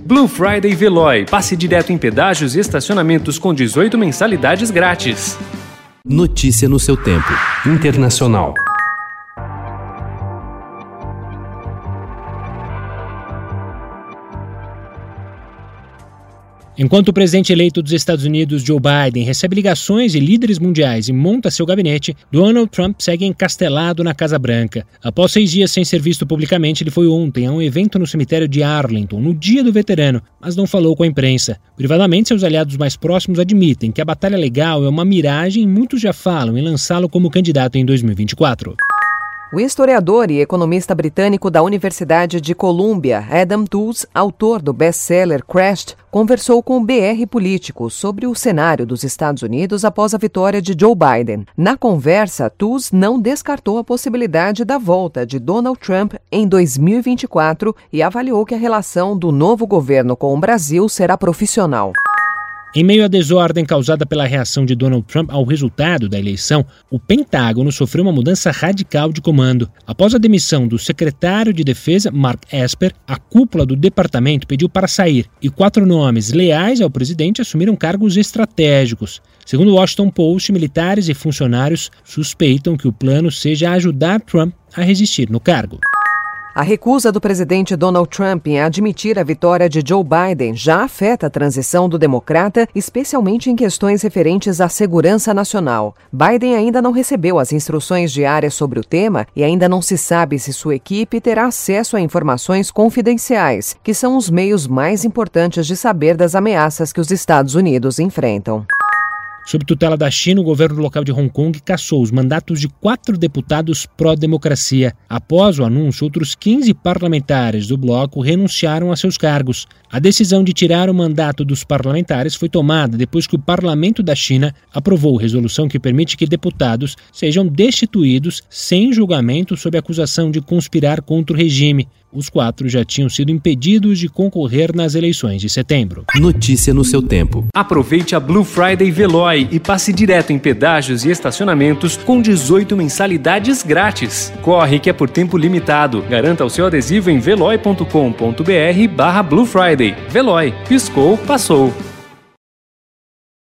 Blue Friday Veloy. Passe direto em pedágios e estacionamentos com 18 mensalidades grátis. Notícia no seu tempo. Internacional. Enquanto o presidente eleito dos Estados Unidos, Joe Biden, recebe ligações de líderes mundiais e monta seu gabinete, Donald Trump segue encastelado na Casa Branca. Após 6 dias sem ser visto publicamente, ele foi ontem a um evento no cemitério de Arlington, no Dia do Veterano, mas não falou com a imprensa. Privadamente, seus aliados mais próximos admitem que a batalha legal é uma miragem e muitos já falam em lançá-lo como candidato em 2024. O historiador e economista britânico da Universidade de Colômbia, Adam Tooze, autor do best-seller Crashed, conversou com o BR Político sobre o cenário dos Estados Unidos após a vitória de Joe Biden. Na conversa, Tooze não descartou a possibilidade da volta de Donald Trump em 2024 e avaliou que a relação do novo governo com o Brasil será profissional. Em meio à desordem causada pela reação de Donald Trump ao resultado da eleição, o Pentágono sofreu uma mudança radical de comando. Após a demissão do secretário de Defesa, Mark Esper, a cúpula do departamento pediu para sair e 4 nomes leais ao presidente assumiram cargos estratégicos. Segundo o Washington Post, militares e funcionários suspeitam que o plano seja ajudar Trump a resistir no cargo. A recusa do presidente Donald Trump em admitir a vitória de Joe Biden já afeta a transição do democrata, especialmente em questões referentes à segurança nacional. Biden ainda não recebeu as instruções diárias sobre o tema e ainda não se sabe se sua equipe terá acesso a informações confidenciais, que são os meios mais importantes de saber das ameaças que os Estados Unidos enfrentam. Sob tutela da China, o governo local de Hong Kong cassou os mandatos de 4 deputados pró-democracia. Após o anúncio, outros 15 parlamentares do bloco renunciaram a seus cargos. A decisão de tirar o mandato dos parlamentares foi tomada depois que o parlamento da China aprovou resolução que permite que deputados sejam destituídos sem julgamento sob acusação de conspirar contra o regime. Os 4 já tinham sido impedidos de concorrer nas eleições de setembro. Notícia no seu tempo. Aproveite a Blue Friday Veloy e passe direto em pedágios e estacionamentos com 18 mensalidades grátis. Corre que é por tempo limitado. Garanta o seu adesivo em veloy.com.br/Blue Friday. Veloy. Piscou, passou.